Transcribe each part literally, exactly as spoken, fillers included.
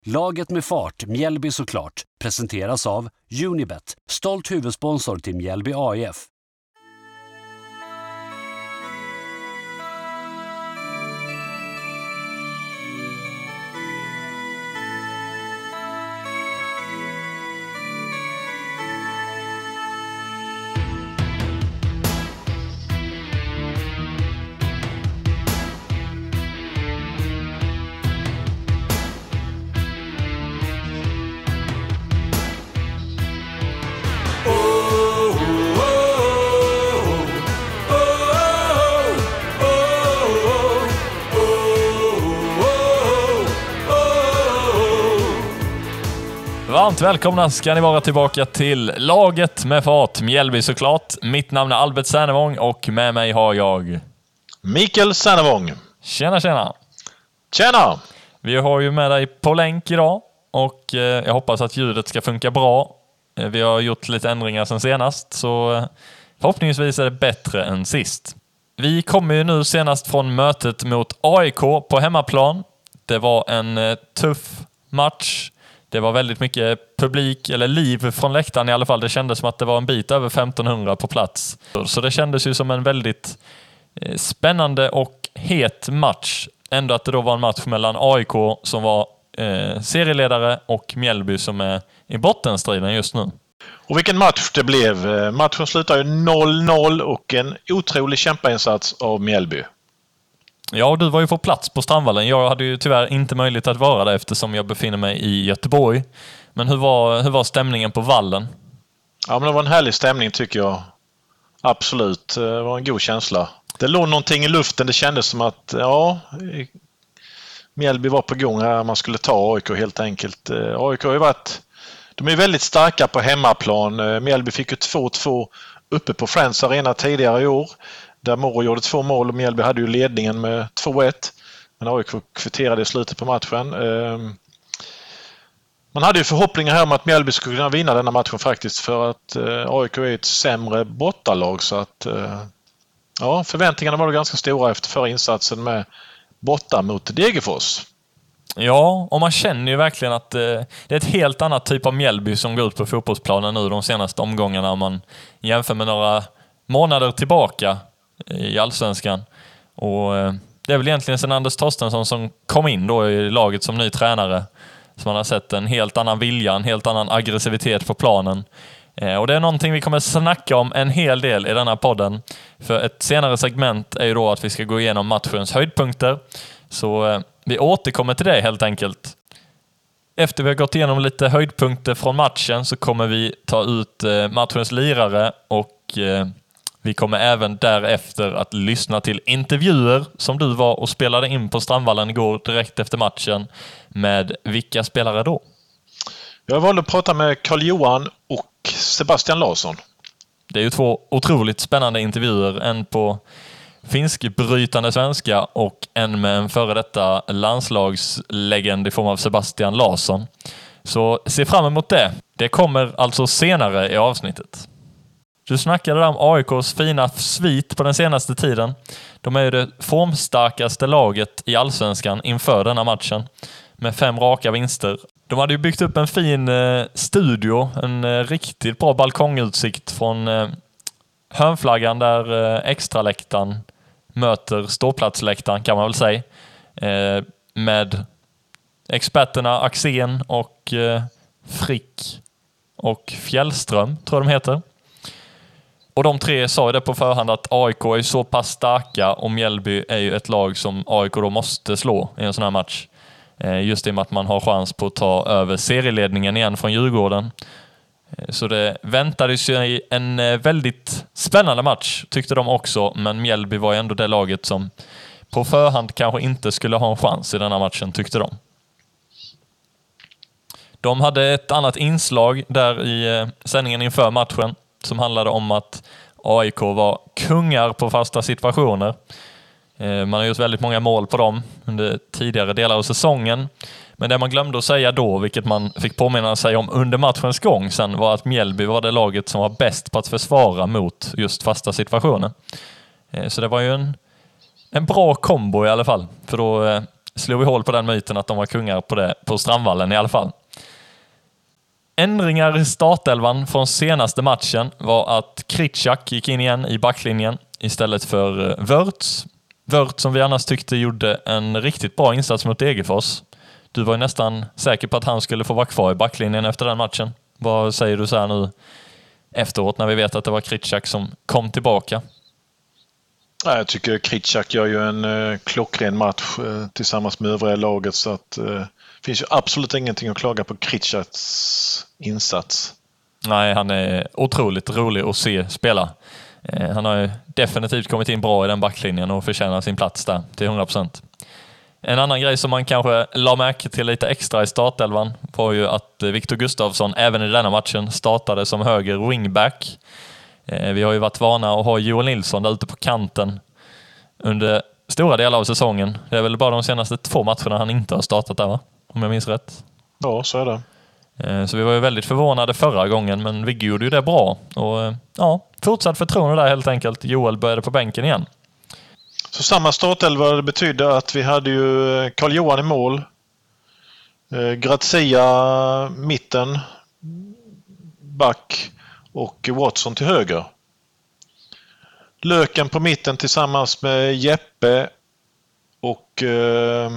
Laget med fart, Mjällby såklart, presenteras av Unibet, stolt huvudsponsor till Mjällby A I F. Varmt välkomna ska ni vara tillbaka till Laget med fart, Mjällby såklart. Mitt namn är Albert Sernevång och med mig har jag Mikael Sernevång. Tjena, tjena. Tjena! Vi har ju med dig på länk idag och eh, jag hoppas att ljudet ska funka bra. Eh, vi har gjort lite ändringar sen senast, så eh, förhoppningsvis är det bättre än sist. Vi kommer ju nu senast från mötet mot A I K på hemmaplan. Det var en eh, tuff match. Det var väldigt mycket publik, eller liv från läktaren i alla fall. Det kändes som att det var en bit över femtonhundra på plats. Så det kändes ju som en väldigt spännande och het match. Ändå att det då var en match mellan A I K som var eh, serieledare och Mjällby som är i bottenstriden just nu. Och vilken match det blev. Matchen slutar ju noll noll och en otrolig kämpainsats av Mjällby. Ja, och du var ju på plats på Strandvallen. Jag hade ju tyvärr inte möjlighet att vara där eftersom jag befinner mig i Göteborg. Men hur var, hur var stämningen på vallen? Ja, men det var en härlig stämning tycker jag. Absolut, det var en god känsla. Det låg någonting i luften. Det kändes som att ja, Mjällby var på gång här. Man skulle ta A I K helt enkelt. A I K har ju varit, de är väldigt starka på hemmaplan. Mjällby fick ju två två uppe på Friends Arena tidigare i år. Där Moro gjorde två mål och Mjällby hade ju ledningen med två ett. Men A I K kvitterade i slutet på matchen. Man hade ju förhoppningar här om att Mjällby skulle kunna vinna denna matchen faktiskt. För att A I K är ett sämre bortalag. Så att ja, förväntningarna var ganska stora efter förra insatsen med borta mot Degerfors. Ja, och man känner ju verkligen att det är ett helt annat typ av Mjällby som går ut på fotbollsplanen nu de senaste omgångarna om man jämför med några månader tillbaka i Allsvenskan. Och det är väl egentligen sen Anders Torstensson som kom in då i laget som ny tränare som man har sett en helt annan vilja, en helt annan aggressivitet på planen. Och det är någonting vi kommer snacka om en hel del i denna podden. För ett senare segment är ju då att vi ska gå igenom matchens höjdpunkter. Så vi återkommer till det helt enkelt. Efter vi har gått igenom lite höjdpunkter från matchen så kommer vi ta ut matchens lirare och vi kommer även därefter att lyssna till intervjuer som du var och spelade in på Strandvallen igår direkt efter matchen. Med vilka spelare då? Jag valde att prata med Carl-Johan och Sebastian Larsson. Det är ju två otroligt spännande intervjuer. En på finskbrytande svenska och en med en före detta landslagslegend i form av Sebastian Larsson. Så se fram emot det. Det kommer alltså senare i avsnittet. Du snackade där om A I K:s fina svit på den senaste tiden. De är ju det formstarkaste laget i Allsvenskan inför denna matchen. Med fem raka vinster. De hade ju byggt upp en fin eh, studio. En eh, riktigt bra balkongutsikt från eh, hörnflaggan där eh, extraläktaren möter ståplatsläktaren kan man väl säga. Eh, med experterna Axén och eh, Frick och Fjällström tror jag de heter. Och de tre sa ju det på förhand att A I K är så pass starka och Mjällby är ju ett lag som A I K då måste slå i en sån här match. Just i och med att man har chans på att ta över serieledningen igen från Djurgården. Så det väntade sig en väldigt spännande match tyckte de också. Men Mjällby var ju ändå det laget som på förhand kanske inte skulle ha en chans i den här matchen tyckte de. De hade ett annat inslag där i sändningen inför matchen som handlade om att A I K var kungar på fasta situationer. Man har gjort väldigt många mål på dem under tidigare delar av säsongen. Men det man glömde att säga då, vilket man fick påminna sig om under matchens gång sen, var att Mjällby var det laget som var bäst på att försvara mot just fasta situationer. Så det var ju en, en bra kombo i alla fall. För då slog vi hål på den myten att de var kungar på det på Strandvallen i alla fall. Ändringar i startelvan från senaste matchen var att Kritschak gick in igen i backlinjen istället för Wörth. Wörth som vi annars tyckte gjorde en riktigt bra insats mot Degerfors. Du var ju nästan säker på att han skulle få vara kvar i backlinjen efter den matchen. Vad säger du så här nu efteråt när vi vet att det var Kritschak som kom tillbaka? Jag tycker Kritschak gör ju en eh, klockren match eh, tillsammans med övriga laget, så att det eh, finns ju absolut ingenting att klaga på Kritschaks insats. Nej, han är otroligt rolig att se spela. Eh, han har ju definitivt kommit in bra i den backlinjen och förtjänar sin plats där till hundra procent. En annan grej som man kanske la märke till lite extra i startelvan var ju att Viktor Gustafsson även i denna matchen startade som höger wingback. Vi har ju varit vana att ha Joel Nilsson där ute på kanten under stora delar av säsongen. Det är väl bara de senaste två matcherna han inte har startat där, va? Om jag minns rätt. Ja, så är det. Så vi var ju väldigt förvånade förra gången, men Vigge gjorde ju det bra. Och ja, fortsatt förtroende där helt enkelt. Joel började på bänken igen. Så samma startelva, det betyder att vi hade ju Carl-Johan i mål. Grazia mitten. Back. Och Watson till höger. Löken på mitten tillsammans med Jeppe och eh,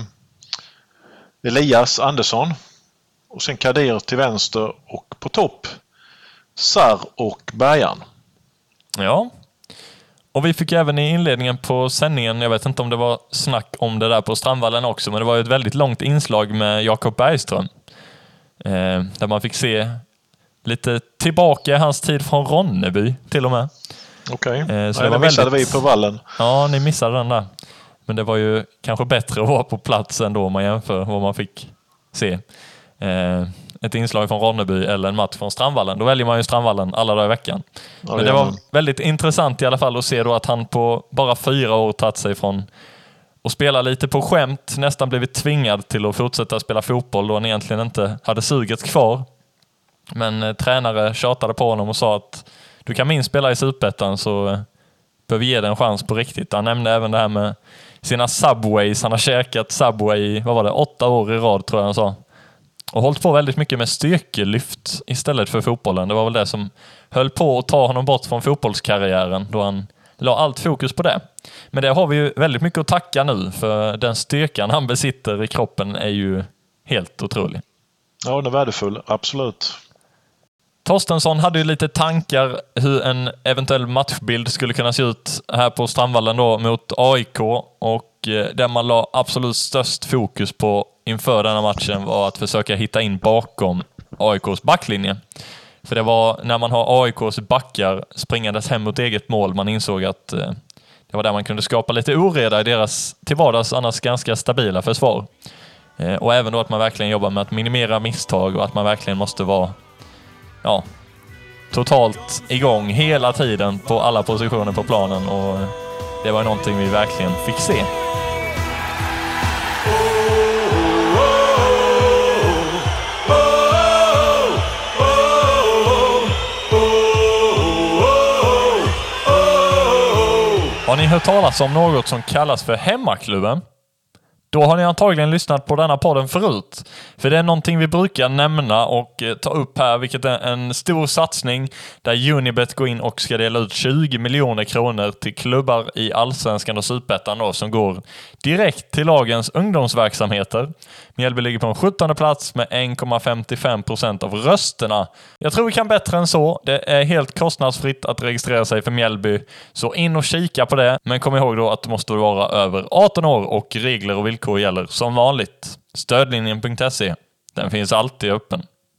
Elias Andersson. Och sen Kadir till vänster och på topp Sarr och Bergan. Ja. Och vi fick även i inledningen på sändningen, jag vet inte om det var snack om det där på Strandvallen också, men det var ett väldigt långt inslag med Jakob Bergström. Eh, där man fick se lite tillbaka i hans tid från Ronneby till och med. Okej, okay. eh, Så det var missade väldigt... vi på vallen. Ja, ni missade den där. Men det var ju kanske bättre att vara på plats ändå om man jämför vad man fick se. Eh, ett inslag från Ronneby eller en match från Strandvallen. Då väljer man ju Strandvallen alla dagar i veckan. Ja, men det var väldigt intressant i alla fall att se då att han på bara fyra år tagit sig från att spela lite på skämt, nästan blivit tvingad till att fortsätta spela fotboll då han egentligen inte hade suget kvar. Men eh, tränare tjatade på honom och sa att du kan minst spela i Superettan, så eh, bör vi ge den en chans på riktigt. Han nämnde även det här med sina Subways. Han har käkat Subway i, vad var det, åtta år i rad tror jag han sa. Och hållit på väldigt mycket med styrkelyft istället för fotbollen. Det var väl det som höll på att ta honom bort från fotbollskarriären då han la allt fokus på det. Men det har vi ju väldigt mycket att tacka nu, för den styrkan han besitter i kroppen är ju helt otrolig. Ja, den är värdefull, absolut. Torstensson hade ju lite tankar hur en eventuell matchbild skulle kunna se ut här på Strandvallen då mot A I K, och där man la absolut störst fokus på inför denna matchen var att försöka hitta in bakom A I K:s backlinje. För det var när man har A I K:s backar springandes hem mot eget mål man insåg att det var där man kunde skapa lite oreda i deras till vardags annars ganska stabila försvar. Och även då att man verkligen jobbar med att minimera misstag och att man verkligen måste vara ja, totalt igång hela tiden på alla positioner på planen, och det var någonting vi verkligen fick se. Har ni hört talas om något som kallas för Hemmaklubben? Då har ni antagligen lyssnat på denna podden förut. För det är någonting vi brukar nämna och ta upp här, vilket är en stor satsning där Unibet går in och ska dela ut tjugo miljoner kronor till klubbar i Allsvenskan och Superettan då, som går direkt till lagens ungdomsverksamheter. Mjällby ligger på en sjuttonde plats med en komma femtiofem procent av rösterna. Jag tror vi kan bättre än så. Det är helt kostnadsfritt att registrera sig för Mjällby. Så in och kika på det. Men kom ihåg då att du måste vara över arton år och regler och villkor gäller som vanligt. Stödlinjen punkt se. Den finns alltid öppen.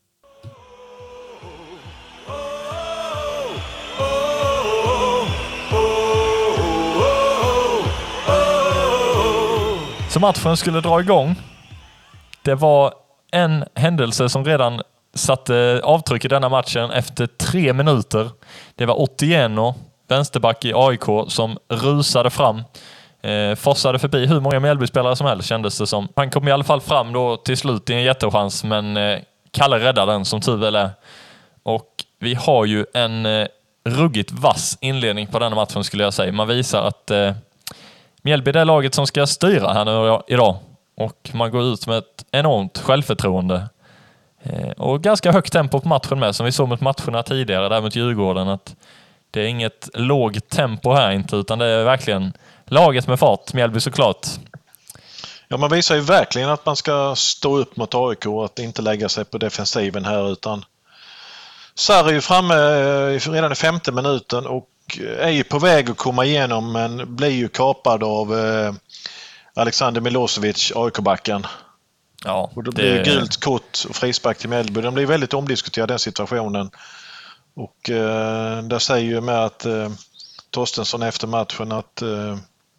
Så matchen skulle dra igång. Det var en händelse som redan satte avtryck i denna matchen efter tre minuter. Det var Otieno, vänsterback i A I K, som rusade fram. Eh, forsade förbi hur många Mjällby-spelare som helst kändes det som. Han kom i alla fall fram då till slut i en jättechans, men eh, Kalle räddade den som tur väl är. Och vi har ju en eh, ruggigt vass inledning på denna matchen skulle jag säga. Man visar att eh, Mjällby är det laget som ska styra här nu idag. och man går ut med ett enormt självförtroende. Och ganska högt tempo på matchen med, som vi såg mot matcherna tidigare där mot Djurgården, att det är inget lågt tempo här inte, utan det är verkligen laget med fart, Mjällby såklart. Ja, man visar ju verkligen att man ska stå upp mot A I K och att inte lägga sig på defensiven här, utan Sarr är ju framme redan i femte minuten och är ju på väg att komma igenom, men blir ju kapad av eh, Alexander Milosevic, A I K-backen. Ja, och då blir det gult kort och frispark till Mjällby. Den blir väldigt omdiskuterad, den situationen. Och eh, där säger ju med att eh, Torstensson efter matchen att eh,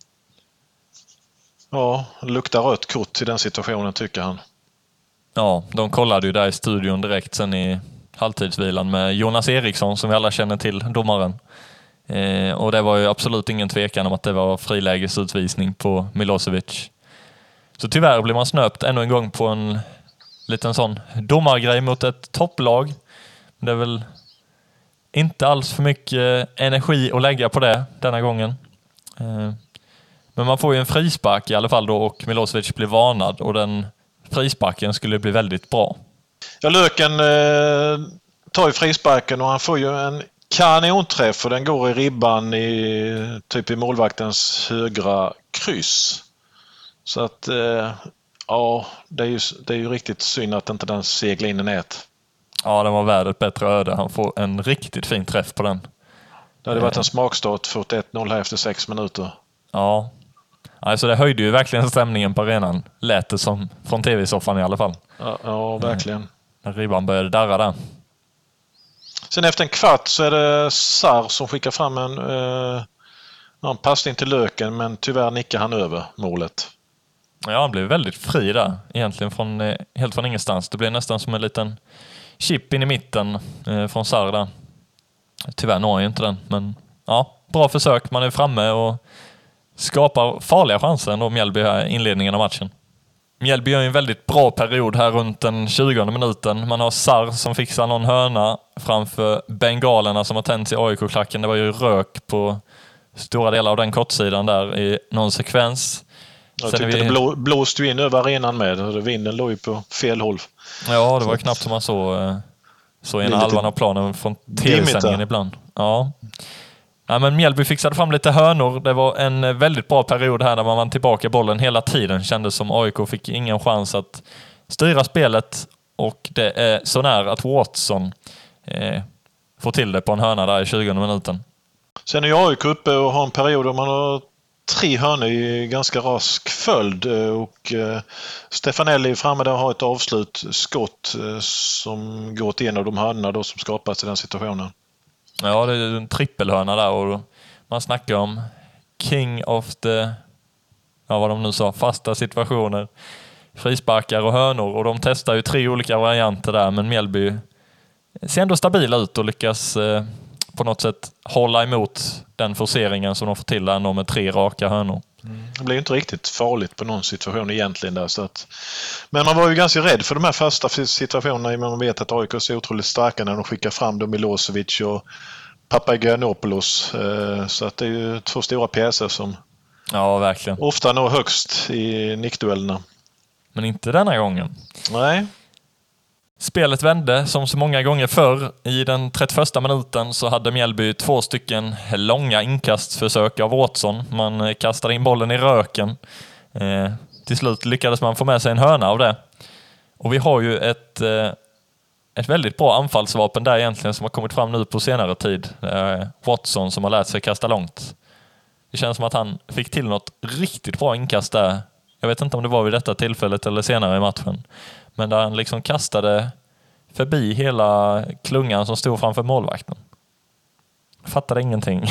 ja, luktar rött kort till den situationen, tycker han. Ja, de kollade ju där i studion direkt sen i halvtidsvilan med Jonas Eriksson, som vi alla känner till, domaren. Eh, och det var ju absolut ingen tvekan om att det var frilägesutvisning på Milosevic. Så tyvärr blir man snöpt ännu en gång på en liten sån domargrej mot ett topplag. Det är väl inte alls för mycket energi att lägga på det denna gången. Eh, men man får ju en frispark i alla fall då, och Milosevic blir varnad, och den frisparken skulle bli väldigt bra. Ja, Löken eh, tar ju frisparken och han får ju en kanonträff och den går i ribban i typ i målvaktens högra kryss. Så att eh, ja, det är, ju, det är ju riktigt synd att inte den seglar in i nät. Ja, den var värd ett bättre öde. Han får en riktigt fin träff på den. Det hade varit en smakstart för ett noll här efter sex minuter. Ja, alltså det höjde ju verkligen stämningen på arenan. Lät det som från tv-soffan i alla fall. Ja, ja verkligen. När ribban började darra där. Sen efter en kvart så är det Sarr som skickar fram en, eh, en passning till Löken, men tyvärr nickar han över målet. Ja, han blev väldigt fri där. Egentligen från, eh, helt från ingenstans. Det blev nästan som en liten chip in i mitten eh, från Sarr där. Tyvärr når ju inte den, men ja, bra försök. Man är framme och skapar farliga chanser ändå, Mjällby här i inledningen av matchen. Mjällby gör en väldigt bra period här runt den tjugonde minuten. Man har Sarr som fixar någon hörna framför bengalerna som har tänts i A I K-klacken. Det var ju rök på stora delar av den kortsidan där i någon sekvens. Jag Sen tyckte vi... det blå, blåste ju in över arenan med. Vinden låg ju på fel håll. Ja, det var knappt som man såg så ena halvan av planen från tv-sändningen ibland. Ja. Ja, men Mjällby fixade fram lite hörnor. Det var en väldigt bra period här när man vann tillbaka bollen hela tiden. Kändes som A I K fick ingen chans att styra spelet, och det är så nära att Watson eh, får till det på en hörna där i tjugonde minuten. Sen är ju A I K uppe och har en period där man har tre hörnor i ganska rask följd, och eh, Stefanelli är framme där och har ett avslut skott eh, som går till en av de hörnorna då som skapas i den situationen. Ja, det är en trippelhörna där, och man snackar om king of the, ja vad de nu sa, fasta situationer, frisparkar och hörnor, och de testar ju tre olika varianter där, men Mjällby ser ändå stabila ut och lyckas eh, på något sätt hålla emot den forceringen som de får till där med tre raka hörnor. Mm. Det blir inte riktigt farligt på någon situation egentligen där. Så att... Men man var ju ganska rädd för de här fasta situationerna. Man vet att A I K är otroligt starka när de skickar fram då Milosevic och Papagiannopoulos. Så att det är ju två stora pjäser som ja, verkligen. Ofta når högst i nickduellerna. Men inte denna gången. Nej. Spelet vände som så många gånger förr. I den trettioförsta minuten så hade Mjällby två stycken långa inkastförsök av Watson. Man kastade in bollen i röken. Eh, till slut lyckades man få med sig en hörna av det. Och vi har ju ett, eh, ett väldigt bra anfallsvapen där egentligen som har kommit fram nu på senare tid. Eh, Watson som har lärt sig kasta långt. Det känns som att han fick till något riktigt bra inkast där. Jag vet inte om det var vid detta tillfället eller senare i matchen. Men där han liksom kastade förbi hela klungan som stod framför målvakten. Jag fattade ingenting.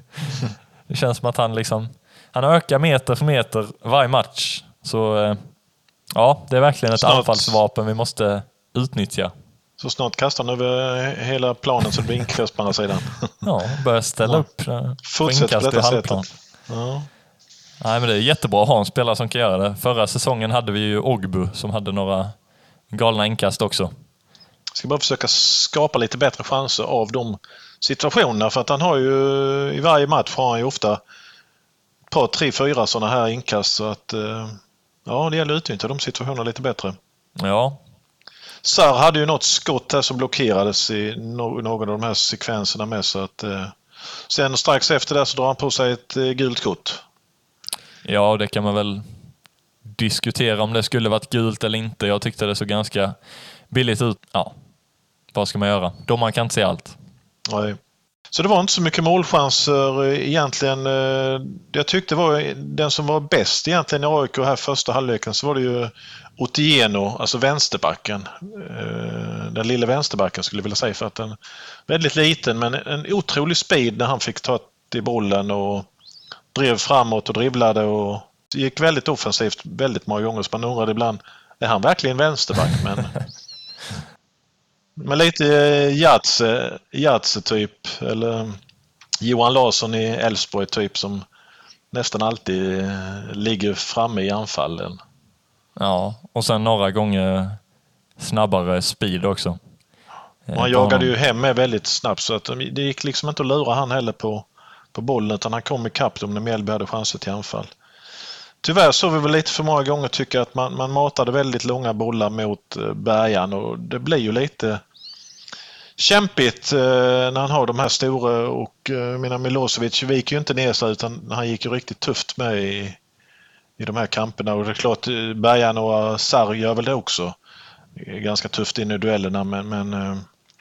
Det känns som att han liksom han ökar meter för meter varje match. Så ja, det är verkligen ett snart anfallsvapen vi måste utnyttja. Så snart kastar han över hela planen så det blir inkast på andra sidan. Ja, börjar ställa ja. upp. Fortsätt på detta sättet. Ja. Nej, men det är jättebra att ha en spelare som kan göra det. Förra säsongen hade vi ju Ogbu som hade några galna inkast också. Jag ska bara försöka skapa lite bättre chanser av de situationerna, för att han har ju i varje match har han ju ofta ett par, tre, fyra sådana här inkast, så att Ja, det gäller att utnyttja de situationerna lite bättre. Ja. Sarr hade ju något skott här som blockerades i no- någon av de här sekvenserna med. Så att, eh, sen strax efter det så drar han på sig ett eh, gult kort. Ja, det kan man väl diskutera om det skulle varit gult eller inte. Jag tyckte det såg ganska billigt ut. Ja, vad ska man göra? Domaren kan inte se allt. Nej. Så det var inte så mycket målchanser egentligen. Jag tyckte det var den som var bäst egentligen i A I K här första halvleken, så var det ju Otieno, alltså vänsterbacken. Den lilla vänsterbacken skulle jag vilja säga, för att den väldigt liten men en otrolig speed när han fick ta till bollen och drev framåt och dribblade och gick väldigt offensivt väldigt många gånger, så man undrade ibland, är han verkligen vänsterback? Men Men lite Jatse, Jatse typ, eller Johan Larsson i Elfsborg typ, som nästan alltid ligger framme i anfallen. Ja, och sen några gånger snabbare speed också. Och han jagade ju hem med väldigt snabbt, så att det gick liksom inte att lura han heller på, på bollen, utan han kom i kapp dem när Mjällby hade chanser till anfall. Tyvärr så vi väl lite för många gånger tycker att man, man matade väldigt långa bollar mot Bergan, och det blir ju lite kämpigt eh, när han har de här stora, och eh, mina Milosevic gick ju inte ner sig, utan han gick ju riktigt tufft med i, i de här kamperna, och det är klart Bergan och Sarr gör väl det också. Ganska tufft in i duellerna, men, men eh,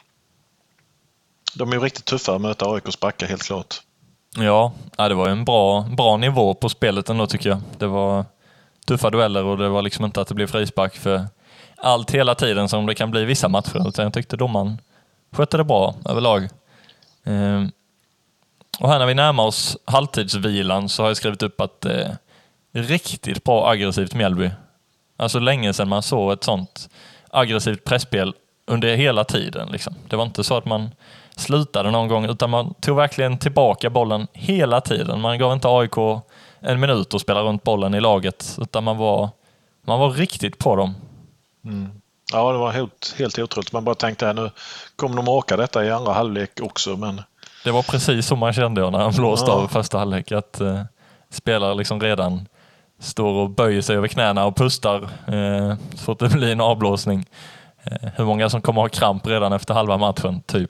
de är ju riktigt tuffa att möta A I K:s backar, helt klart. Ja, det var en bra, bra nivå på spelet ändå, tycker jag. Det var tuffa dueller och det var liksom inte att det blev frispark för allt hela tiden som det kan bli vissa matcher, utan jag tyckte domaren skötte det bra överlag. Ehm. Och här när vi närmar oss halvtidsvilan så har jag skrivit upp att det är riktigt bra aggressivt Mjällby. Alltså länge sedan man såg ett sånt aggressivt pressspel under hela tiden. Liksom. Det var inte så att man slutade någon gång, utan man tog verkligen tillbaka bollen hela tiden. Man gav inte A I K en minut att spela runt bollen i laget, utan man var, man var riktigt på dem. Mm. Ja, det var helt, helt otroligt. Man bara tänkte att nu kommer de åka detta i andra halvlek också. Men det var precis som man kände när han blåste ja. av första halvlek, att eh, spelare liksom redan står och böjer sig över knäna och pustar eh, så att det blir en avblåsning. Eh, hur många som kommer ha kramp redan efter halva matchen, typ.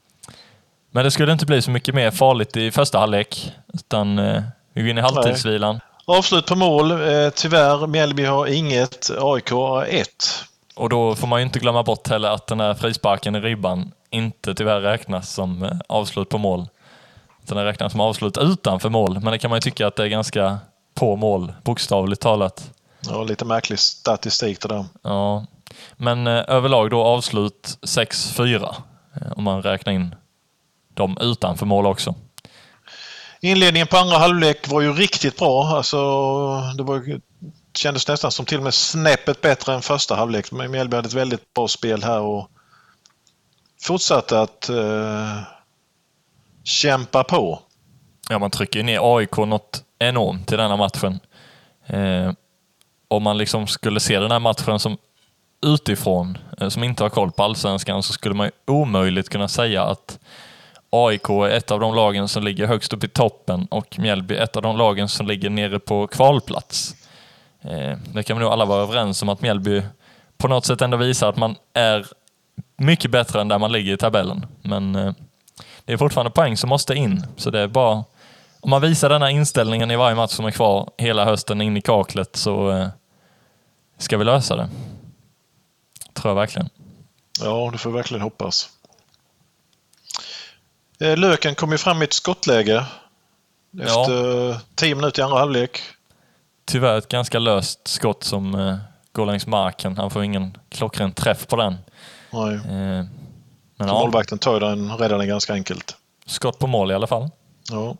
Men det skulle inte bli så mycket mer farligt i första halvlek, utan eh, vi går in i halvtidsvilan. Nej. Avslut på mål. Eh, tyvärr, Mjällby har inget, A I K har ett. Och då får man ju inte glömma bort heller att den här frisparken i ribban inte tyvärr räknas som eh, avslut på mål. Den räknas som avslut utanför mål, men det kan man ju tycka att det är ganska på mål, bokstavligt talat. Ja, lite märklig statistik det där. Ja, men eh, överlag då avslut sex fyra, eh, om man räknar in dem utanför mål också. Inledningen på andra halvlek var ju riktigt bra. Alltså, det var, kändes nästan som till och med snäppet bättre än första halvlek. Men Mjällby hade ett väldigt bra spel här och fortsatte att eh, kämpa på. Ja, man trycker ner A I K något enormt i denna matchen. Eh, om man liksom skulle se den här matchen som utifrån, eh, som inte har koll på allsvenskan, så skulle man ju omöjligt kunna säga att A I K är ett av de lagen som ligger högst upp i toppen och Mjällby ett av de lagen som ligger nere på kvalplats. Eh, det kan vi nog alla vara överens om, att Mjällby på något sätt ändå visar att man är mycket bättre än där man ligger i tabellen. Men eh, det är fortfarande poäng som måste in, så det är bara, om man visar den här inställningen i varje match som är kvar hela hösten in i kaklet, så eh, ska vi lösa det. Tror jag verkligen. Ja, det får vi verkligen hoppas. Löken kom ju fram i ett skottläge efter ja. tio minuter i andra halvlek. Tyvärr ett ganska löst skott som eh, går längs marken. Han får ingen klockren träff på den. Nej. Eh, men ja, ja, målvakten tar den redan ganska enkelt. Skott på mål i alla fall. Ja.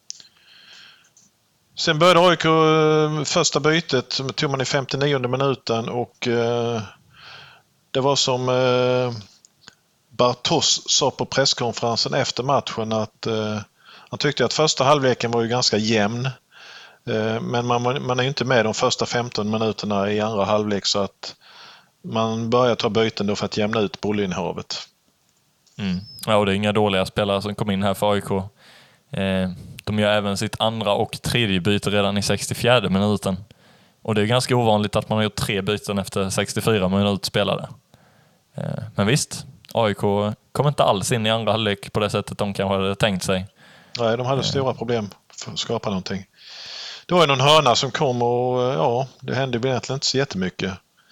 Sen började A I K första bytet, tog man i femtionionde minuten, och eh, det var som eh, Bartos sa på presskonferensen efter matchen att eh, han tyckte att första halvleken var ju ganska jämn. Eh, men man, man är ju inte med de första femton minuterna i andra halvlek, så att man börjar ta byten då för att jämna ut bollinnehavet. Mm. Ja, och det är inga dåliga spelare som kom in här för A I K. Eh, de gör även sitt andra och tredje byte redan i sextiofjärde minuten. Och det är ganska ovanligt att man har gjort tre byten efter sextiofyra minuter spelade. Men visst, A I K kom inte alls in i andra halvlek på det sättet de kanske hade tänkt sig. Nej, de hade stora problem för att skapa någonting. Det var ju någon hörna som kom och ja, det hände egentligen inte så jättemycket.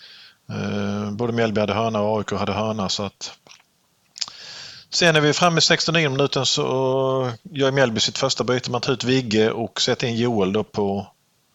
Både Mjällby hade hörna och A I K hade hörna, så att sen när vi är framme i sextionio minuten så gör Mjällby sitt första byte. Man tar ut Vigge och sätter in Joel då på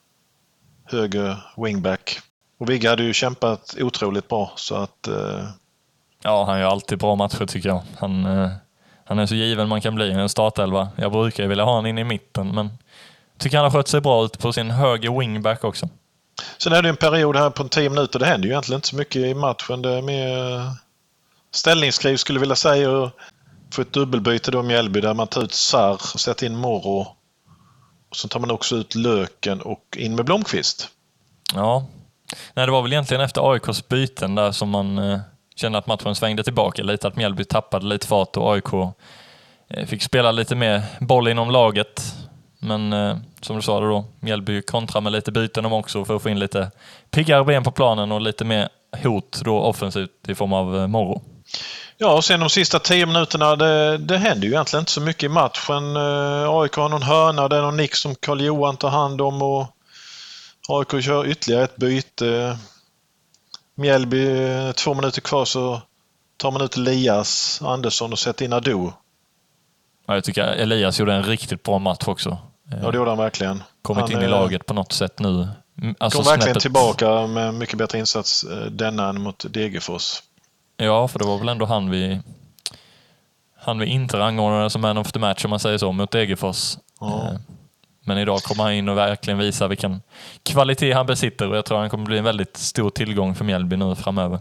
höger wingback. Och Vigge hade ju kämpat otroligt bra, så att... Eh... Ja, han gör alltid bra matcher tycker jag. Han, eh, han är så given man kan bli en startelva. Jag brukar ju vilja ha honom in i mitten, men tycker han har skött sig bra ut på sin höger wingback också. Sen är det en period här på tio minuter. Det händer ju egentligen inte så mycket i matchen. Det är mer ställningskrig skulle jag vilja säga. Och få ett dubbelbyte då Mjällby där man tar ut Sarr och sätter in Moro. Och så tar man också ut Löken och in med Blomqvist. Ja, nej, det var väl egentligen efter A I K:s byten där som man eh, kände att matchen svängde tillbaka lite. Att Mjällby tappade lite fart och A I K eh, fick spela lite mer boll inom laget. Men eh, som du sa då, Mjällby kontra med lite byten om också för att få in lite piggare ben på planen och lite mer hot då offensivt i form av eh, Moro. Ja, och sen de sista tio minuterna, det, det händer ju egentligen inte så mycket i matchen. Eh, A I K har någon hörna, det är någon nick som Karl-Johan tar hand om och A I K kör ytterligare ett byte. Mjällby, två minuter kvar så tar man ut Elias Andersson och sätter in Ado. Ja, jag tycker Elias gjorde en riktigt bra match också. Ja, det gjorde han verkligen. Kommit han, in i laget på något sätt nu. Alltså, kom verkligen snäppet... tillbaka med mycket bättre insats denna än mot Degerfors. Ja, för det var väl ändå han vi han vi inte rangordnade som man of the match om man säger så mot Degerfors. Ja. Men idag kommer han in och verkligen visa vilken kvalitet han besitter och jag tror han kommer bli en väldigt stor tillgång för Mjällby nu framöver.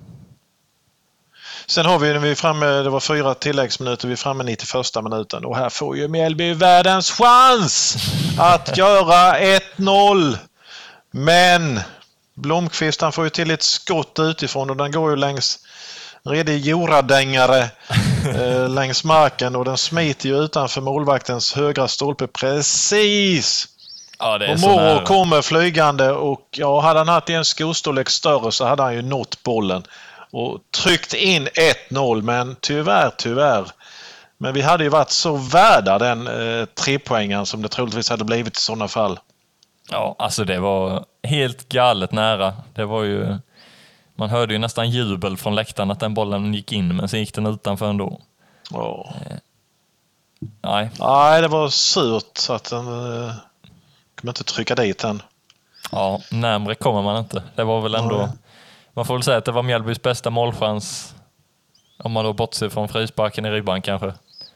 Sen har vi, när vi är framme, det var fyra tilläggsminuter, vi är framme nittioförsta minuten och här får ju Mjällby världens chans att göra ett noll. Men Blomqvist, han får ju till ett skott utifrån och den går ju längs en redig joradängare eh, längs marken och den smiter ju utanför målvaktens högra stolpe precis. Ja, det är och så Moro nära. kommer flygande och ja, hade han haft en skostorlek större så hade han ju nått bollen och tryckt in ett noll, men tyvärr, tyvärr. Men vi hade ju varit så värda den eh, trepoängen som det troligtvis hade blivit i sådana fall. Ja, alltså det var helt galet nära. Det var ju... Man hörde ju nästan jubel från läktaren att den bollen gick in, men sen gick den utanför ändå. Oh. Eh, nej. Nej, det var surt att den eh, kunde inte trycka dit den. Ja, närmare kommer man inte. Det var väl ändå... Nej. Man får väl säga att det var Mjällbys bästa målchans om man då bortser från frisparken i ribban kanske.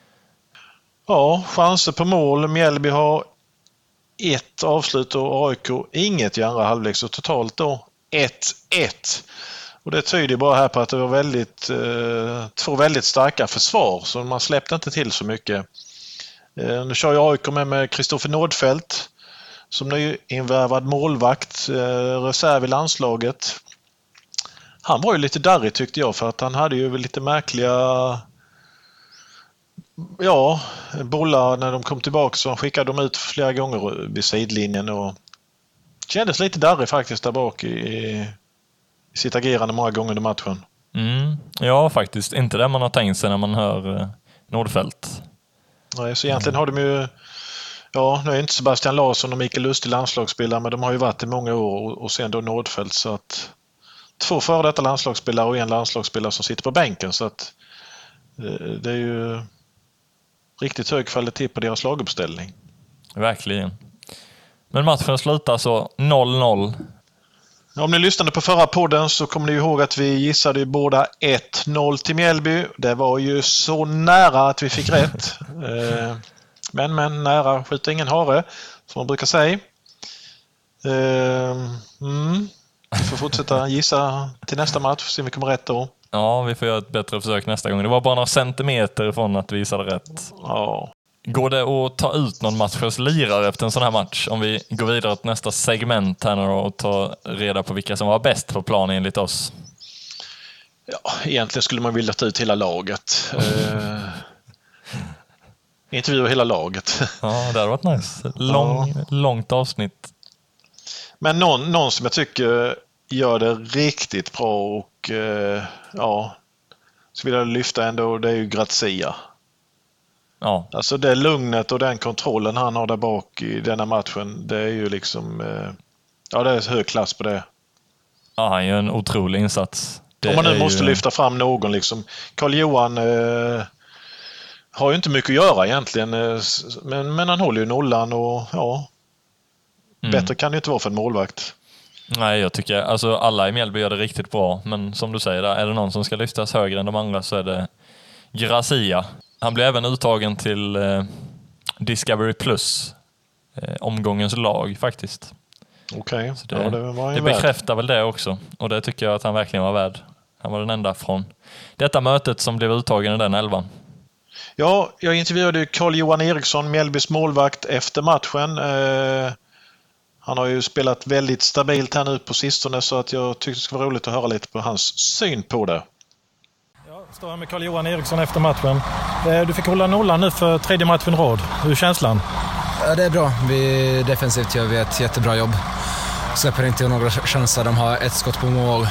Ja, chanser på mål. Mjällby har ett avslut och A I K inget i andra halvlek, så totalt då ett ett. Och det tyder bara här på att det var väldigt, eh, två väldigt starka försvar, så man släppte inte till så mycket. Eh, nu kör ju A I K med med Kristoffer Nordfeldt som nyinvärvad målvakt, eh, reserv i landslaget. Han var ju lite darrig tyckte jag, för att han hade ju lite märkliga ja, bollar när de kom tillbaka, så han skickade dem ut flera gånger vid sidlinjen och kändes lite darrig faktiskt där bak i, i sitt agerande många gånger under matchen. Mm, ja, faktiskt. Inte det man har tänkt sig när man hör eh, Nordfeldt. Nej, så egentligen har de ju ja, nu är inte Sebastian Larsson och Mikael Lustig landslagsspelare, men de har ju varit i många år och, och sen då Nordfeldt, så att två före detta landslagsspelare och en landslagsspelare som sitter på bänken, så att eh, det är ju riktigt hög kvalitet på deras laguppställning. Verkligen. Men matchen slutar så noll noll. Om ni lyssnade på förra podden så kommer ni ihåg att vi gissade ju båda ett noll till Mjällby. Det var ju så nära att vi fick rätt. eh, men, men nära skjuter ingen hare, som man brukar säga. Eh, mm. Vi får fortsätta gissa till nästa match, se om vi kommer rätt då. Ja, vi får göra ett bättre försök nästa gång. Det var bara några centimeter från att vi visade rätt. Ja. Går det att ta ut någon matchers lirare efter en sån här match? Om vi går vidare till nästa segment här nu och tar reda på vilka som var bäst på planen enligt oss. Ja, egentligen skulle man vilja ta ut hela laget. eh, intervjua hela laget. Ja, det hade varit nice. Lång, ja. Långt avsnitt. Men någon, någon som jag tycker gör det riktigt bra och eh, ja, så vill jag lyfta ändå, det är ju Grazia. Ja. Alltså det lugnet och den kontrollen han har där bak i denna matchen, det är ju liksom, eh, ja det är hög klass på det. Ja, han gör en otrolig insats. Det Om man nu är måste ju... lyfta fram någon liksom. Carl-Johan eh, har ju inte mycket att göra egentligen, eh, men, men han håller ju nollan och ja, Mm. bättre kan det inte vara för en målvakt. Nej, jag tycker alltså alla i Mjällby gör det riktigt bra. Men som du säger, där, är det någon som ska lyftas högre än de andra så är det Grazia. Han blev även uttagen till eh, Discovery Plus, eh, omgångens lag faktiskt. Okej, Så det, ja, det var det värd. bekräftar väl det också. Och det tycker jag att han verkligen var värd. Han var den enda från detta mötet som blev uttagen i den elvan. Ja, jag intervjuade Carl-Johan Eriksson, Mjällbys målvakt, efter matchen. Eh, han har ju spelat väldigt stabilt här nu på sistone så att jag tyckte det skulle vara roligt att höra lite på hans syn på det. Jag står här med Carl-Johan Eriksson efter matchen. Du fick hålla nollan nu för tredje matchen rad. Hur är känslan? Ja, det är bra. Vi defensivt gör vi ett jättebra jobb. Släpper inte några chanser. De har ett skott på mål.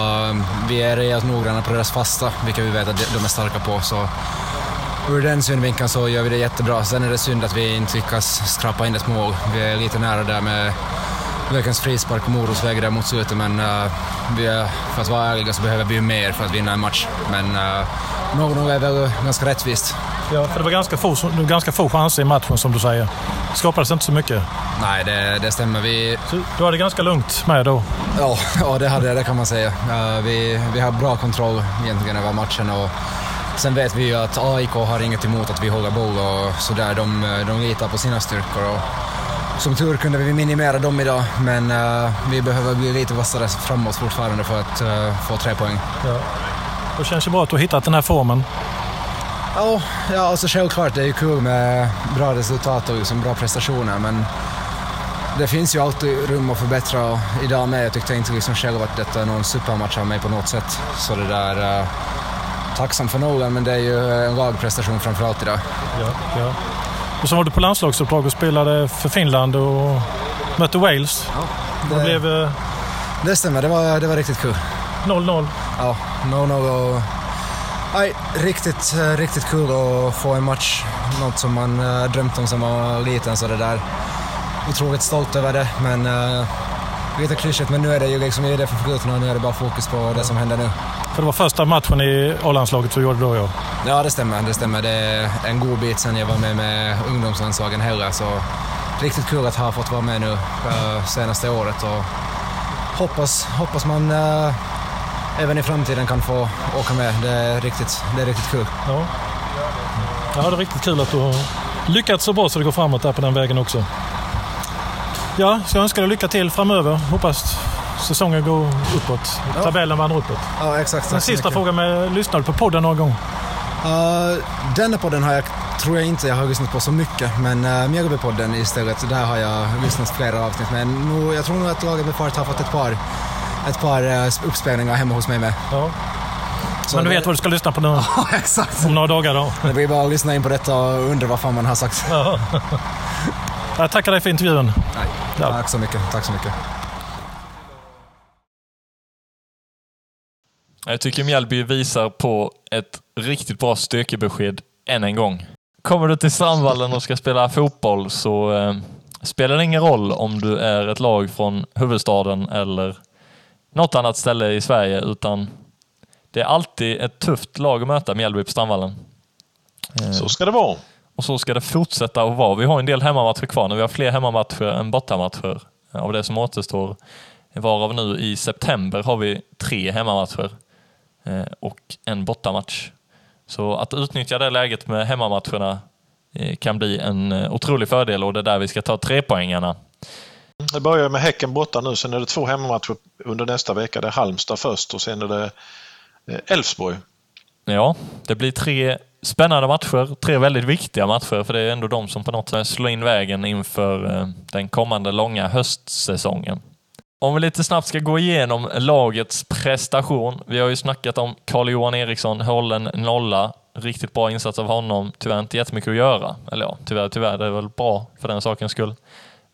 Vi är rejält noggranna på deras fasta, vilka vi vet att de är starka på. Så ur den synvinkeln så gör vi det jättebra. Sen är det synd att vi inte lyckas skrapa in ett mål. Vi är lite nära där med Lökens frispark och Moros väg där mot slutet. Men uh, vi är, för att vara ärliga så behöver vi mer för att vinna en match. Men uh, någon är väl ganska rättvist. Ja, för det var ganska få, ganska få chanser i matchen som du säger. Skapades inte så mycket. Nej, det, det stämmer. Vi... Så du hade ganska lugnt med då? Ja, ja det hade det kan man säga. Uh, vi, vi har bra kontroll egentligen över matchen och sen vet vi ju att A I K har inget emot att vi håller boll och sådär. De, de litar på sina styrkor och som tur kunde vi minimera dem idag, men uh, vi behöver bli lite vassare framåt fortfarande för att uh, få tre poäng. Ja. Det känns ju bra att du har hittat den här formen. Ja, ja alltså självklart det är ju kul med bra resultat och liksom bra prestationer, men det finns ju alltid rum att förbättra och idag med. Jag tyckte inte liksom själv att detta är någon supermatch av mig på något sätt. Så det där... Uh, tacksam för någon, men det är ju en lagprestation framförallt idag. Ja, ja. Och så var du på landslagsuppdrag och spelade för Finland och mötte Wales. Ja, det, det, blev, eh... det stämmer, det var, det var riktigt kul. noll noll. Ja, noll noll och... Nej, riktigt, riktigt kul att få en match. Något som man äh, drömt om som var liten, så det där. Otroligt stolt över det, men äh, lite klyschigt, men nu är det ju liksom i det förflutna och nu är det bara fokus på det som händer nu. För det var första matchen i A-landslaget du gjorde då, ja. Ja, det stämmer. Det stämmer. Det är en god bit sen jag var med med ungdomslandslagen heller. Så riktigt kul att ha fått vara med nu uh, senaste året. Och hoppas, hoppas man uh, även i framtiden kan få åka med. Det är riktigt, det är riktigt kul. Ja. Ja, det är riktigt kul att du har lyckats så bra så det går framåt där på den vägen också. Ja, så jag önskar dig lycka till framöver. Hoppas säsongen går uppåt. Ja. Tabellen vandrar uppåt. Ja, exakt. Den sista frågan med, lyssnar du på podden någon gång? Uh, denna podden har jag, tror jag inte jag har lyssnat på så mycket, men uh, Mjällbypodden istället, där har jag lyssnat flera avsnitt. Men nu, jag tror nog att Laget med fart har fått ett par, ett par uh, uppspelningar hemma hos mig med. Ja. Så men du det... vet vad du ska lyssna på nu? Ja, exakt. Om några dagar då. Det blir bara att lyssna in på detta och undra vad fan man har sagt. Ja. Jag tackar dig för intervjun. Nej, ja. Tack så mycket. Tack så mycket. Jag tycker Mjällby visar på ett riktigt bra styrkebesked än en gång. Kommer du till Strandvallen och ska spela fotboll så eh, spelar det ingen roll om du är ett lag från huvudstaden eller något annat ställe i Sverige, utan det är alltid ett tufft lag att möta Mjällby på Strandvallen. Eh, så ska det vara. Och så ska det fortsätta att vara. Vi har en del hemmamatcher kvar nu. Vi har fler hemmamatcher än bortamatcher av det som återstår. Varav nu i september har vi tre hemmamatcher och en bortamatch. Så att utnyttja det läget med hemmamatcherna kan bli en otrolig fördel, och det är där vi ska ta tre poängarna. Det börjar med Häcken borta nu, sen är det två hemmamatcher under nästa vecka. Det är Halmstad först och sen är det Elfsborg. Ja, det blir tre spännande matcher, tre väldigt viktiga matcher, för det är ändå de som på något sätt slår in vägen inför den kommande långa höstsäsongen. Om vi lite snabbt ska gå igenom lagets prestation. Vi har ju snackat om Carl-Johan Eriksson, hållen nolla. Riktigt bra insats av honom. Tyvärr inte jättemycket att göra. Eller ja, tyvärr, tyvärr. Det är väl bra för den sakens skull.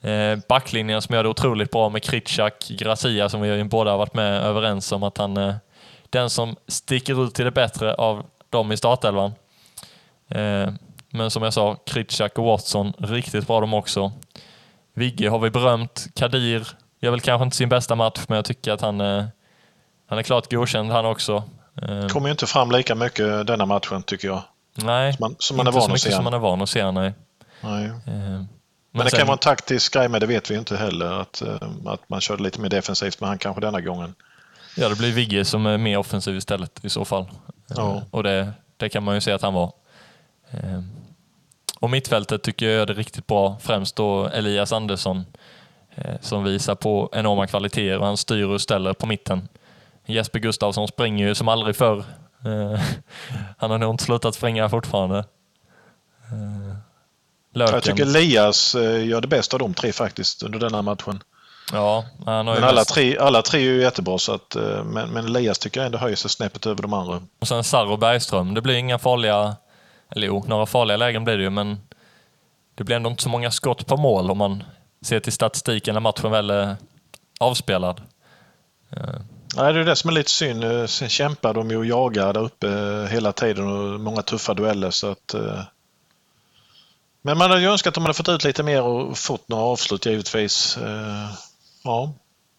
Eh, backlinjen som gör det otroligt bra med Kritschak, Gracia som vi båda har varit med överens om att han är den som sticker ut till det bättre av dem i startelvan. Eh, men som jag sa, Kritschak och Watson, riktigt bra de också. Vigge har vi berömt. Kadir gör väl kanske inte sin bästa match, men jag tycker att han, eh, han är klart godkänd han också. Eh, Kommer ju inte fram lika mycket denna matchen tycker jag. nej, Som man, som man inte är så van att mycket se. som man är van att se, nej. Nej. Eh, men Men det sen, kan vara en taktisk grej med, det vet vi inte heller. Att, eh, att man körde lite mer defensivt med han kanske denna gången. ja, det blir Vigge som är mer offensiv istället i så fall. Ja. Eh, och det, det kan man ju se att han var. Eh, och mittfältet tycker jag är det riktigt bra. Främst då Elias Andersson eh, som visar på enorma kvaliteter och han styr och ställer på mitten. Jesper Gustafsson springer ju som aldrig förr. Eh, han har nog inte slutat springa fortfarande. Eh, Löken. Jag tycker Elias eh, gör det bästa av de tre faktiskt under den här matchen. Ja, han har ju Men alla bäst. tre, alla tre är ju jättebra, så att, eh, men, men Elias tycker jag ändå höjer sig snäppet över de andra. Och sen Sarro Bergström. Det blir inga farliga, eller jo, några farliga lägen blir det ju, men det blir ändå inte så många skott på mål om man ser till statistiken när matchen väl är avspelad. Nej, det är det som är lite synd. Eh, Sen kämpar de ju och jagar där uppe eh, hela tiden och många tuffa dueller. Så att, eh, men man hade ju önskat att de hade fått ut lite mer och fått några avslut givetvis. Eh, Ja.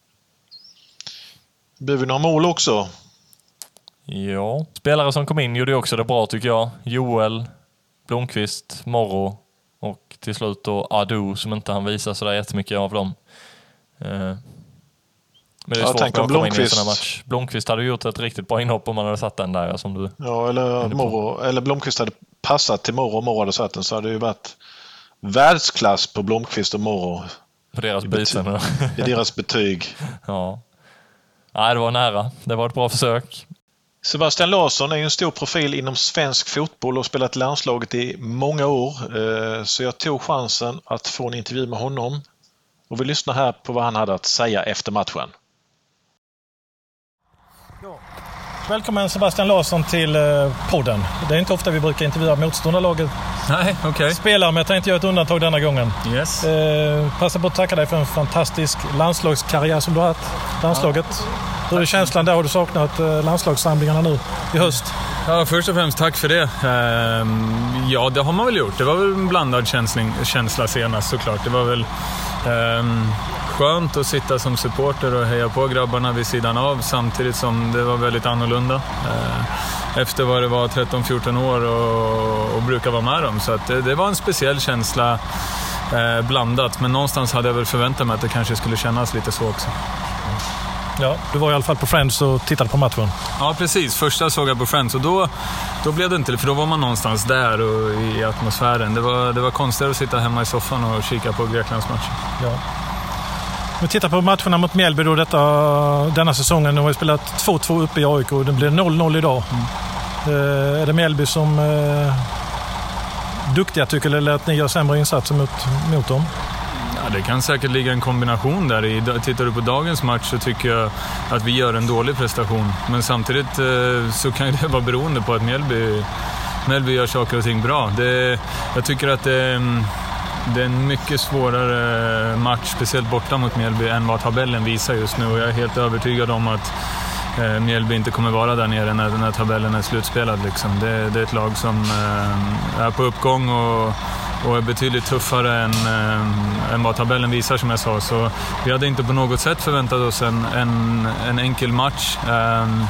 Behöver vi några mål också? Ja. Spelare som kom in gjorde ju också det bra tycker jag. Joel, Blomqvist, Morro och till slut då Adu som inte han visar sådär jättemycket av dem. Eh, Men det är Ja, svårt tänk att om komma in i en Blomqvist- sån här match. Blomqvist hade gjort ett riktigt bra inhopp om man hade satt den där. Ja, som du... Ja, eller, Moro, eller Blomqvist hade passat till Moro och Moro hade satt den, så hade det ju varit världsklass på Blomqvist och Moro På deras i, byten. bety- i deras betyg. Ja. Nej, det var nära. Det var ett bra försök. Sebastian Larsson är ju en stor profil inom svensk fotboll och spelat landslaget i många år. Eh, Så jag tog chansen att få en intervju med honom. Och vi lyssnar här på vad han hade att säga efter matchen. Välkommen Sebastian Larsson till eh, podden. Det är inte ofta vi brukar intervjua motståndarlaget Nej, okej. Okay. spelare, men jag tänkte göra ett undantag denna gången. Yes. Eh, passa på att tacka dig för en fantastisk landslagskarriär som du har haft. Landslaget. Hur är känslan där? Har du saknat eh, landslagssamlingarna nu i höst? Ja, först och främst tack för det. Ehm, ja, det har man väl gjort. Det var väl en blandad känsling, känsla senast såklart. Det var väl ehm, skönt att sitta som supporter och heja på grabbarna vid sidan av, samtidigt som det var väldigt annorlunda. Ehm, efter vad det var tretton fjorton år och, och brukar vara med dem. Så att det, det var en speciell känsla eh, blandat. Men någonstans hade jag väl förväntat mig att det kanske skulle kännas lite så också. Ja, du var i alla fall på Friends och tittade på matchen. Ja, precis. Första såg jag på Friends och då, då blev det inte, för då var man någonstans där och i atmosfären. Det var, det var konstigt att sitta hemma i soffan och kika på Greklands match. Ja. Vi tittar på matcherna mot Mjällby då detta, denna säsongen. Nu har vi spelat två två uppe i A I K och det blir noll noll idag. Mm. Eh, är det Mjällby som eh, duktiga tycker eller att ni gör sämre insatser mot, mot dem? Ja, det kan säkert ligga en kombination där. Tittar du på dagens match så tycker jag att vi gör en dålig prestation. Men samtidigt så kan det vara beroende på att Mjällby, Mjällby gör saker och ting bra. Det, jag tycker att det, det är en mycket svårare match, speciellt borta mot Mjällby, än vad tabellen visar just nu. Och jag är helt övertygad om att Mjällby inte kommer vara där nere när, när tabellen är slutspelad. Liksom. Det, det är ett lag som är på uppgång och och är betydligt tuffare än, äh, än vad tabellen visar, som jag sa. Så vi hade inte på något sätt förväntat oss en, en, en enkel match. Ähm,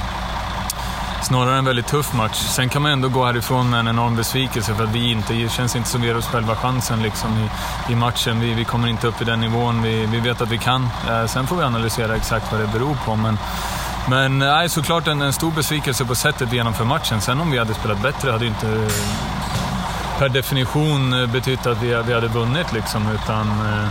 snarare en väldigt tuff match. Sen kan man ändå gå härifrån med en enorm besvikelse för att vi inte, det känns inte som vi ger oss själva chansen liksom, i, i matchen. Vi, vi kommer inte upp i den nivån. Vi, vi vet att vi kan. Äh, sen får vi analysera exakt vad det beror på. Men Men nej, såklart en, en stor besvikelse på sättet vi genomför matchen. Sen om vi hade spelat bättre hade inte per definition betytt att vi, vi hade vunnit liksom, utan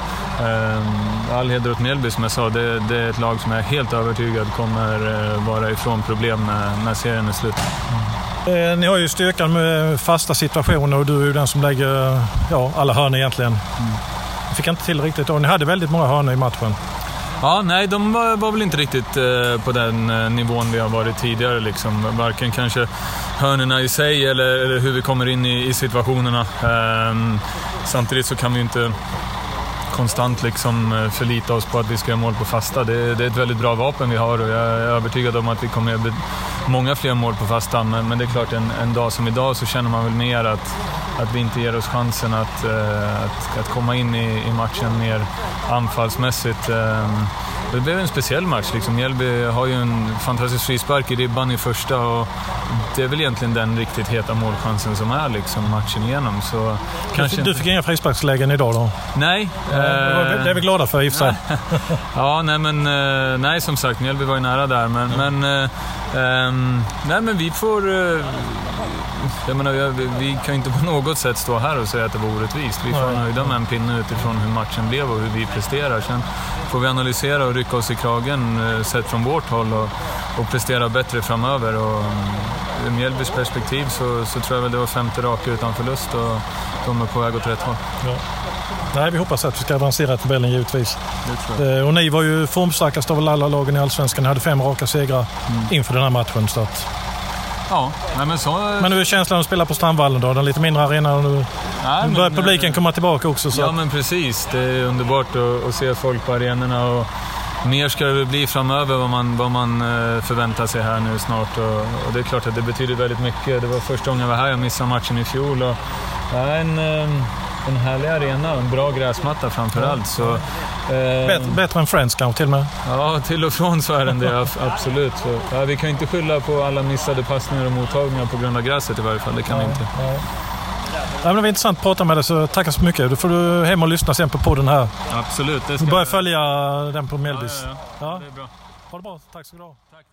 eh, all heder åt Mjällby, som jag sa, det, det är ett lag som jag är helt övertygad kommer eh, vara ifrån problem när, när serien är slut. Mm. Eh, ni har ju styrkan med fasta situationer och du är ju den som lägger ja, alla hörnor egentligen. Mm. Jag fick inte till riktigt och ni hade väldigt många hörnor i matchen. Ja, nej, de var, var väl inte riktigt eh, på den eh, nivån vi har varit tidigare. Liksom. Varken kanske hörnorna i sig eller, eller hur vi kommer in i, i situationerna. Eh, samtidigt så kan vi inte konstant liksom förlita oss på att vi ska göra mål på fasta. Det, det är ett väldigt bra vapen vi har och jag är övertygad om att vi kommer att göra många fler mål på fasta. Men, men det är klart, en, en dag som idag så känner man väl mer att, att vi inte ger oss chansen att, att, att komma in i, i matchen mer anfallsmässigt. Det blev en speciell match. Liksom. Mjällby har ju en fantastisk frispark i ribban i första och det är väl egentligen den riktigt heta målchansen som är liksom matchen igenom. Så kanske... Du fick inga frisparkslägen idag då? Nej. Ja, det är vi glada för i och för sig. Ja, nej men nej, som sagt, Mjällby var ju nära där. Men, mm. men, ähm, nej, men vi får... Äh, jag menar, vi, vi kan ju inte på något sätt stå här och säga att det var orättvist. Vi får nöjda med en pinne utifrån hur matchen blev och hur vi presterar. Sen får vi analysera och rycka oss i kragen sett från vårt håll och, och prestera bättre framöver. Och ur Mjällbys perspektiv så, så tror jag väl det var femte raka utan förlust och de är på väg åt rätt håll. Ja. Nej, vi hoppas att vi ska avancera tabellen givetvis. Eh, och ni var ju formstarkast av alla lagen i Allsvenskan. Ni hade fem raka segrar mm. inför den här matchen. Så att... Ja, nej, men så... Men nu är känslan att spela på Strandvallen då, den lite mindre arena och nu nej, börjar men, publiken komma tillbaka också. Så. Ja, men precis. Det är underbart att, att se folk på arenorna och mer ska det bli framöver vad man, vad man förväntar sig här nu snart. Och, och det är klart att det betyder väldigt mycket. Det var första gången jag var här, jag missade matchen i fjol och ja, en, en härlig arena, en bra gräsmatta framförallt. Så, eh, bättre, bättre än Friends kanske till och med? Ja, till och från så är den det, absolut. Så, ja, vi kan inte skylla på alla missade passningar och mottagningar på grund av gräset i varje fall, det kan vi inte. Ja. Ja, men det var intressant att prata med dig, så tackar så mycket. Då får du hem och lyssna sen på podden här. Absolut. Det ska börja följa den på Mjällbys. Ja, ja, ja. Ja. Det är bra. Ha det bra, tack så bra. Tack.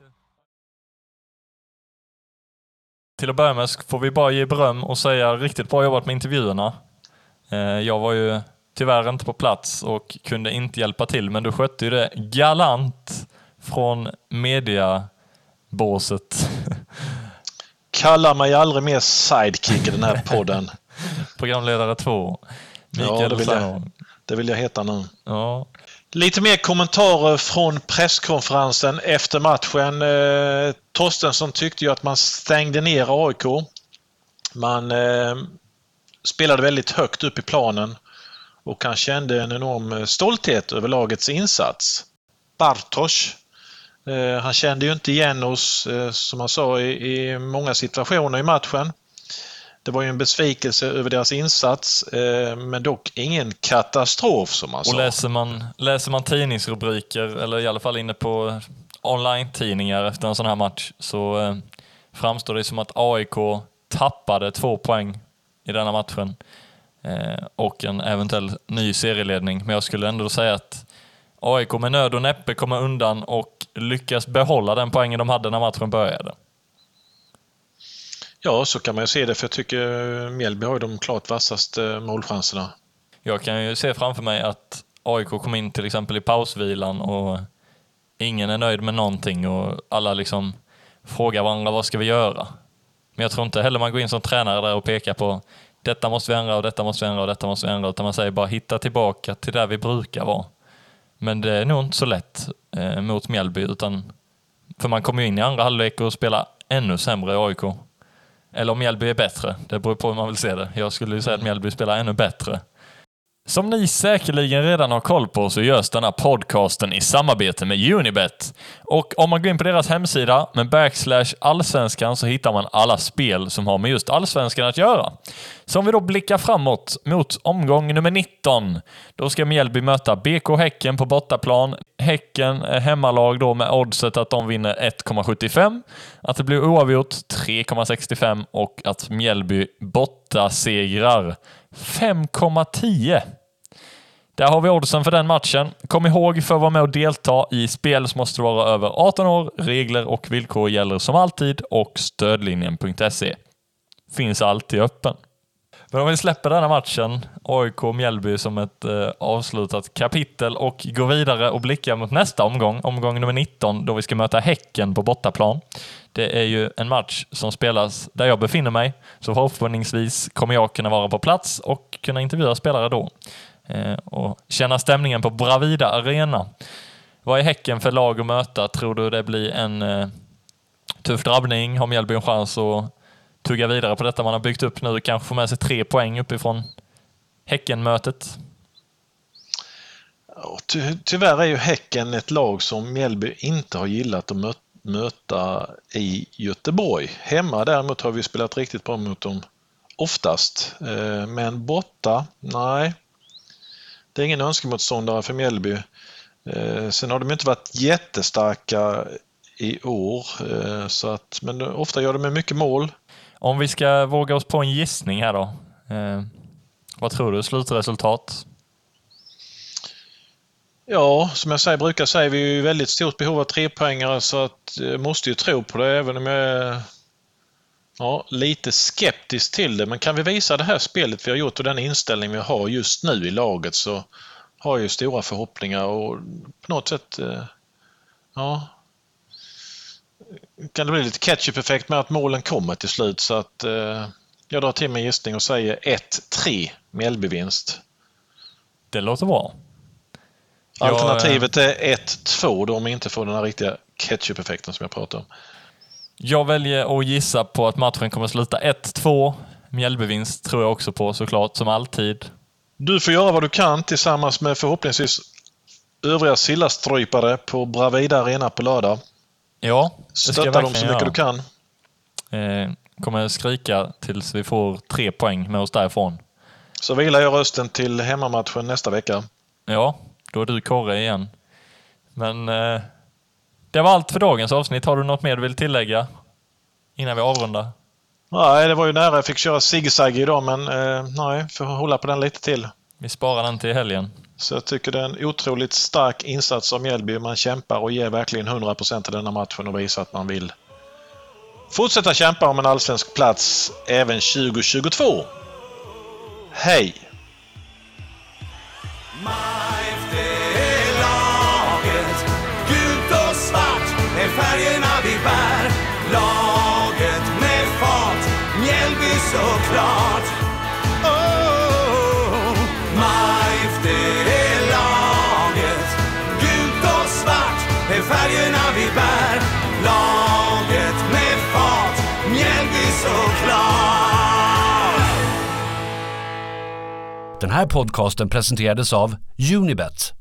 Till att börja med får vi bara ge beröm och säga riktigt bra jobbat med intervjuerna. Jag var ju tyvärr inte på plats och kunde inte hjälpa till, men du skötte ju det galant från mediabåset. Kalla mig aldrig mer sidekick i den här podden. Programledare två. Ja, det vill, jag, det vill jag heta nu. Ja. Lite mer kommentarer från presskonferensen efter matchen. Eh, Torstensson tyckte ju att man stängde ner A I K. Man eh, spelade väldigt högt upp i planen och han kände en enorm stolthet över lagets insats. Bartosz, eh, han kände ju inte igen oss, eh, som han sa, i, i många situationer i matchen. Det var ju en besvikelse över deras insats, eh, men dock ingen katastrof som man sa. Och läser man, läser man tidningsrubriker, eller i alla fall inne på online-tidningar efter en sån här match, så eh, framstår det som att A I K tappade två poäng i denna matchen eh, och en eventuell ny serieledning. Men jag skulle ändå säga att A I K med nöd och näppe kommer undan och lyckas behålla den poängen de hade när matchen började. Ja, så kan man ju se det, för jag tycker Mjällby har ju de klart vassaste målchanserna. Jag kan ju se framför mig att A I K kom in till exempel i pausvilan och ingen är nöjd med någonting och alla liksom frågar varandra vad ska vi göra. Men jag tror inte heller man går in som tränare där och pekar på detta måste vi ändra och detta måste vi ändra och detta måste vi ändra, utan man säger bara hitta tillbaka till där vi brukar vara. Men det är nog inte så lätt eh, mot Mjällby, utan för man kommer ju in i andra halvlek och spelar ännu sämre i A I K. Eller om Mjällby är bättre. Det beror på hur man vill se det. Jag skulle ju säga att Mjällby spelar ännu bättre. Som ni säkerligen redan har koll på så görs denna podcasten i samarbete med Unibet. Och om man går in på deras hemsida med backslash allsvenskan så hittar man alla spel som har med just allsvenskan att göra. Så om vi då blickar framåt mot omgång nummer nitton. Då ska Mjällby möta B K Häcken på bortaplan. Häcken är hemmalag då med oddset att de vinner ett komma sjuttiofem. Att det blir oavgjort tre komma sextiofem och att Mjällby bortasegrar fem komma tio. Där har vi oddsen för den matchen. Kom ihåg, för att vara med och delta i spel så måste du vara över arton år. Regler och villkor gäller som alltid och stödlinjen punkt se finns alltid öppen. Men om vi släpper den här matchen, A I K Mjällby, som ett eh, avslutat kapitel och går vidare och blickar mot nästa omgång, omgång nummer nitton, då vi ska möta Häcken på bortaplan. Det är ju en match som spelas där jag befinner mig, så förhoppningsvis kommer jag kunna vara på plats och kunna intervjua spelare då. Eh, och känna stämningen på Bravida Arena. Vad är Häcken för lag att möta? Tror du det blir en eh, tuff drabbning? Har Mjällby en chans att tugga vidare på detta man har byggt upp nu? Kanske få med sig tre poäng uppifrån Häckenmötet? Ty- tyvärr är ju Häcken ett lag som Mjällby inte har gillat att mö- möta i Göteborg. Hemma däremot har vi spelat riktigt bra mot dem oftast. Eh, men borta, nej. Det är ingen önskemotståndare för Mjällby. Eh, sen har de inte varit jättestarka i år. Eh, så att, men ofta gör de med mycket mål. Om vi ska våga oss på en gissning här då. Eh, vad tror du? Slutresultat? Ja, som jag säger, brukar säga, vi är ju väldigt stort behov av trepoängare så att jag måste ju tro på det även om jag är ja, lite skeptisk till det. Men kan vi visa det här spelet vi har gjort och den inställning vi har just nu i laget så har jag ju stora förhoppningar och på något sätt ja, kan det bli lite ketchup-effekt med att målen kommer till slut så att jag drar till min gissning och säger ett tre Mjällby-vinst. Det låter bra. Alternativet är ett två då om vi inte får den här riktiga ketchup-effekten som jag pratade om. Jag väljer att gissa på att matchen kommer att sluta ett två. Mjällbyvinst tror jag också på såklart, som alltid. Du får göra vad du kan tillsammans med förhoppningsvis övriga sillastrypare på Bravida Arena på lördag. Ja, det ska Stötta jag dem så göra. mycket du kan. Eh, kommer skrika tills vi får tre poäng med oss därifrån. Så vilar jag rösten till hemmamatchen nästa vecka. Ja, då är du Kåre igen. Men eh, det var allt för dagens avsnitt. Har du något mer du vill tillägga innan vi avrundar? Nej, det var ju nära. Jag fick köra zigzag idag men eh, nej, får hålla på den lite till. Vi sparar den till helgen. Så jag tycker det är en otroligt stark insats av Mjällby. Man kämpar och ger verkligen hundra procent i denna matchen och visar att man vill fortsätta kämpa om en allsvensk plats även tjugo tjugotvå. Hej! MIFE, det är laget. Gult och svart är färgerna vi bär. Laget med fart, Mjällby såklart. Oh, MIFE, det är laget. Gult och svart är färgerna vi bär. Laget med fart, Mjällby såklart. Den här podcasten presenterades av Unibet,